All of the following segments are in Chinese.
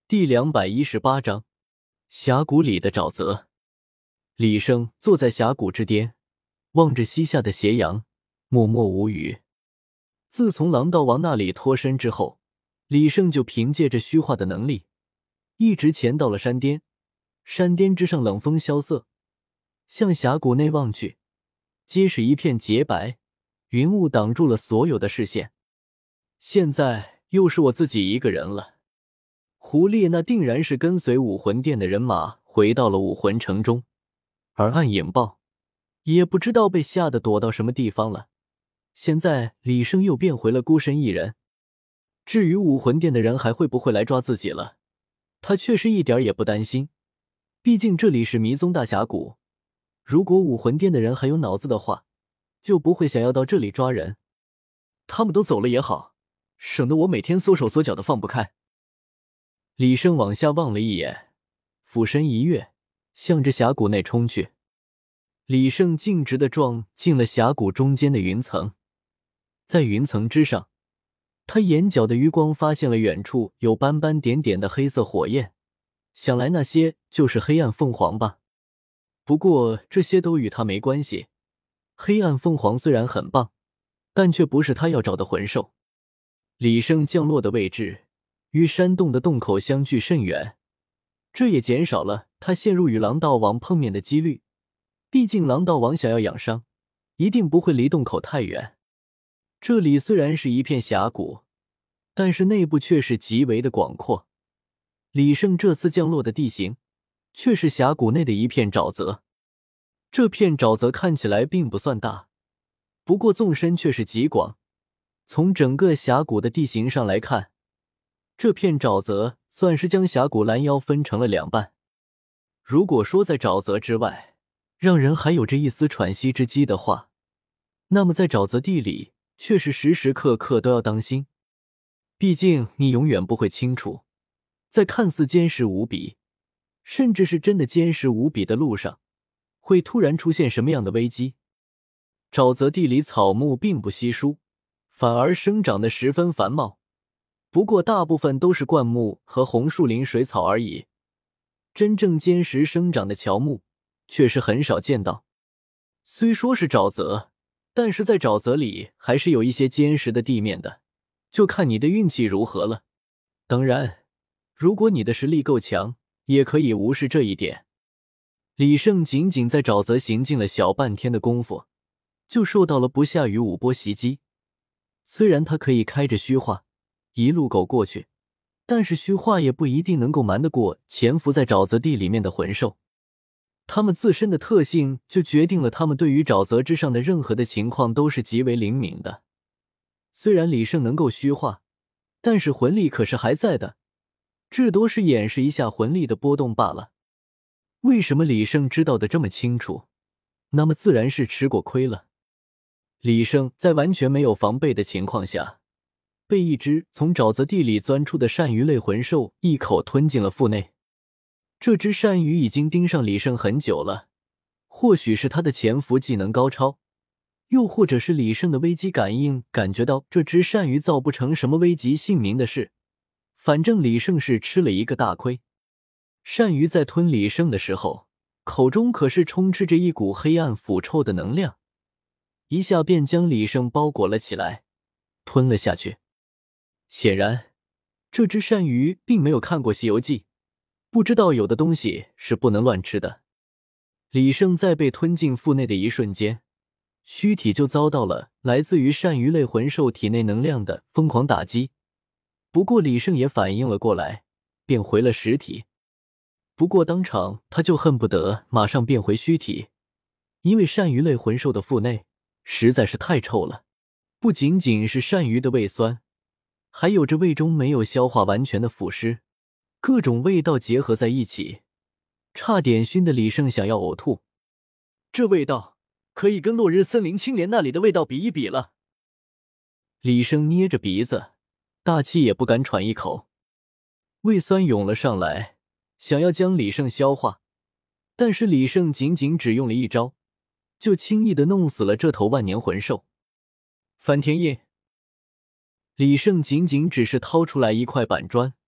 第218章峡谷里的沼泽。李胜坐在峡谷之巅，望着西下的斜阳，默默无语。自从狼道王那里脱身之后，李胜就凭借着虚化的能力，一直潜到了山巅。山巅之上冷风萧瑟，向峡谷内望去，皆是一片洁白，云雾挡住了所有的视线。现在又是我自己一个人了。胡列那定然是跟随武魂殿的人马回到了武魂城中，而暗影豹也不知道被吓得躲到什么地方了。现在李胜又变回了孤身一人，至于武魂殿的人还会不会来抓自己了，他却是一点也不担心。毕竟这里是迷踪大峡谷，如果武魂殿的人还有脑子的话，就不会想要到这里抓人。他们都走了也好，省得我每天缩手缩脚的放不开。李胜往下望了一眼，俯身一跃，向着峡谷内冲去。李胜径直地撞进了峡谷中间的云层，在云层之上，他眼角的余光发现了远处有斑斑点点的黑色火焰，想来那些就是黑暗凤凰吧。不过这些都与他没关系，黑暗凤凰虽然很棒，但却不是他要找的魂兽。李胜降落的位置与山洞的洞口相距甚远，这也减少了他陷入与狼道王碰面的几率。毕竟狼道王想要养伤，一定不会离洞口太远。这里虽然是一片峡谷，但是内部却是极为的广阔。李胜这次降落的地形却是峡谷内的一片沼泽。这片沼泽看起来并不算大，不过纵深却是极广。从整个峡谷的地形上来看，这片沼泽算是将峡谷拦腰分成了两半。如果说在沼泽之外，让人还有着一丝喘息之机的话，那么在沼泽地里却是时时刻刻都要当心。毕竟你永远不会清楚，在看似坚实无比，甚至是真的坚实无比的路上，会突然出现什么样的危机。沼泽地里草木并不稀疏，反而生长得十分繁茂，不过大部分都是灌木和红树林水草而已，真正坚实生长的乔木却是很少见到。虽说是沼泽，但是在沼泽里还是有一些坚实的地面的，就看你的运气如何了。当然，如果你的实力够强，也可以无视这一点。李胜仅仅在沼泽行进了小半天的功夫，就受到了不下于5波袭击。虽然他可以开着虚化一路狗过去，但是虚化也不一定能够瞒得过潜伏在沼泽地里面的魂兽。他们自身的特性就决定了他们对于沼泽之上的任何的情况都是极为灵敏的。虽然李胜能够虚化，但是魂力可是还在的，至多是掩饰一下魂力的波动罢了。为什么李胜知道的这么清楚？那么自然是吃过亏了。李胜在完全没有防备的情况下，被一只从沼泽地里钻出的鳝鱼类魂兽一口吞进了腹内。这只鳝鱼已经盯上李胜很久了，或许是他的潜伏技能高超，又或者是李胜的危机感应感觉到这只鳝鱼造不成什么危及性命的事，反正李胜是吃了一个大亏。鳝鱼在吞李胜的时候，口中可是充斥着一股黑暗腐臭的能量，一下便将李胜包裹了起来，吞了下去。显然，这只鳝鱼并没有看过《西游记》，不知道有的东西是不能乱吃的。李胜在被吞进腹内的一瞬间，躯体就遭到了来自于鳝鱼类魂兽体内能量的疯狂打击。不过李胜也反应了过来，变回了实体。不过当场他就恨不得马上变回虚体，因为鳝鱼类魂兽的腹内实在是太臭了，不仅仅是鳝鱼的胃酸，还有着胃中没有消化完全的腐尸，各种味道结合在一起，差点熏得李胜想要呕吐。这味道可以跟落日森林青莲那里的味道比一比了。李胜捏着鼻子，大气也不敢喘一口。胃酸涌了上来，想要将李胜消化，但是李胜仅仅只用了一招，就轻易地弄死了这头万年魂兽。翻天印。李胜仅仅只是掏出来一块板砖，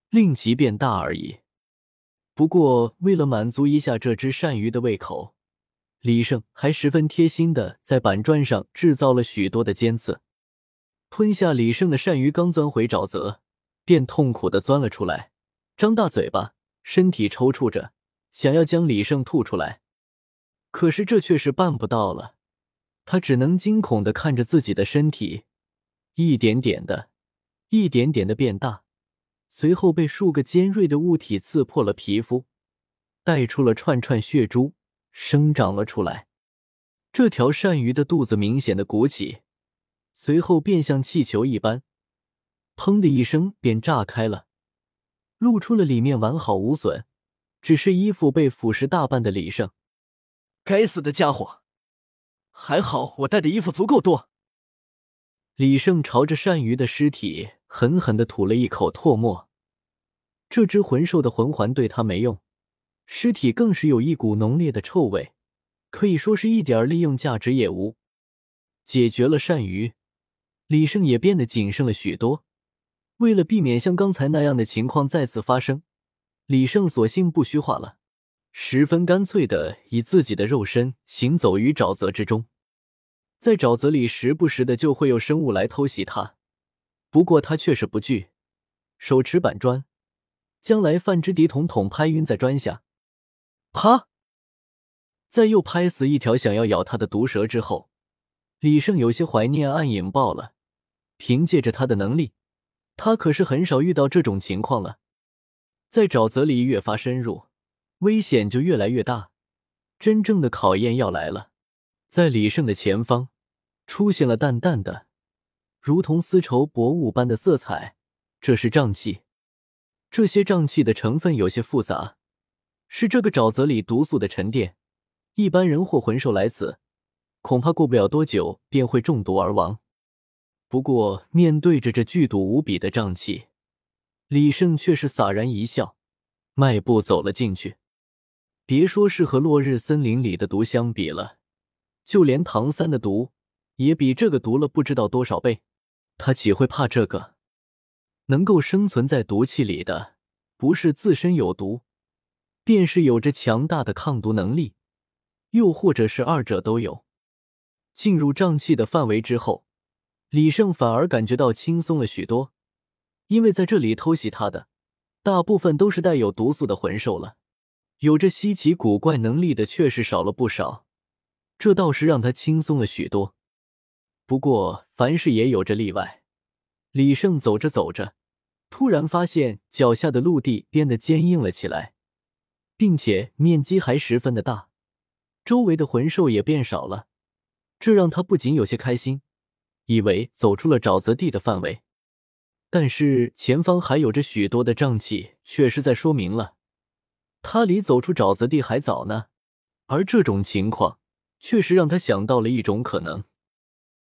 令其变大而已。不过为了满足一下这只鳝鱼的胃口，李胜还十分贴心的在板砖上制造了许多的尖刺。吞下李胜的鳝鱼刚钻回沼泽，便痛苦的钻了出来，张大嘴巴，身体抽搐着，想要将李胜吐出来。可是这却是办不到了，他只能惊恐的看着自己的身体一点点的变大，随后被数个尖锐的物体刺破了皮肤，带出了串串血珠，生长了出来。这条鳝鱼的肚子明显的鼓起，随后便像气球一般，砰的一声便炸开了，露出了里面完好无损，只是衣服被腐蚀大半的李胜。 该死的家伙！还好我带的衣服足够多。 李胜朝着鳝鱼的尸体狠狠地吐了一口唾沫。这只魂兽的魂环对他没用，尸体更是有一股浓烈的臭味，可以说是一点利用价值也无。解决了鳝鱼，李胜也变得谨慎了许多。为了避免像刚才那样的情况再次发生，李胜索性不虚化了，十分干脆地以自己的肉身行走于沼泽之中。在沼泽里时不时的就会有生物来偷袭他，不过他却是不惧，手持板砖，将来犯之敌统统拍晕在砖下。啪！在又拍死一条想要咬他的毒蛇之后，李胜有些怀念暗影豹了。凭借着他的能力，他可是很少遇到这种情况了。在沼泽里越发深入，危险就越来越大，真正的考验要来了。在李胜的前方出现了淡淡的如同丝绸薄雾般的色彩，这是瘴气。这些瘴气的成分有些复杂，是这个沼泽里毒素的沉淀，一般人或魂兽来此，恐怕过不了多久便会中毒而亡。不过面对着这剧毒无比的瘴气，李胜却是洒然一笑，迈步走了进去。别说是和落日森林里的毒相比了，就连唐三的毒也比这个毒了不知道多少倍，他岂会怕这个？能够生存在毒气里的，不是自身有毒，便是有着强大的抗毒能力，又或者是二者都有。进入瘴气的范围之后，李胜反而感觉到轻松了许多，因为在这里偷袭他的大部分都是带有毒素的魂兽了，有着稀奇古怪能力的却是少了不少，这倒是让他轻松了许多。不过凡事也有着例外，李胜走着走着，突然发现脚下的陆地变得坚硬了起来，并且面积还十分的大，周围的魂兽也变少了，这让他不仅有些开心，以为走出了沼泽地的范围。但是前方还有着许多的瘴气，却是在说明了他离走出沼泽地还早呢。而这种情况确实让他想到了一种可能。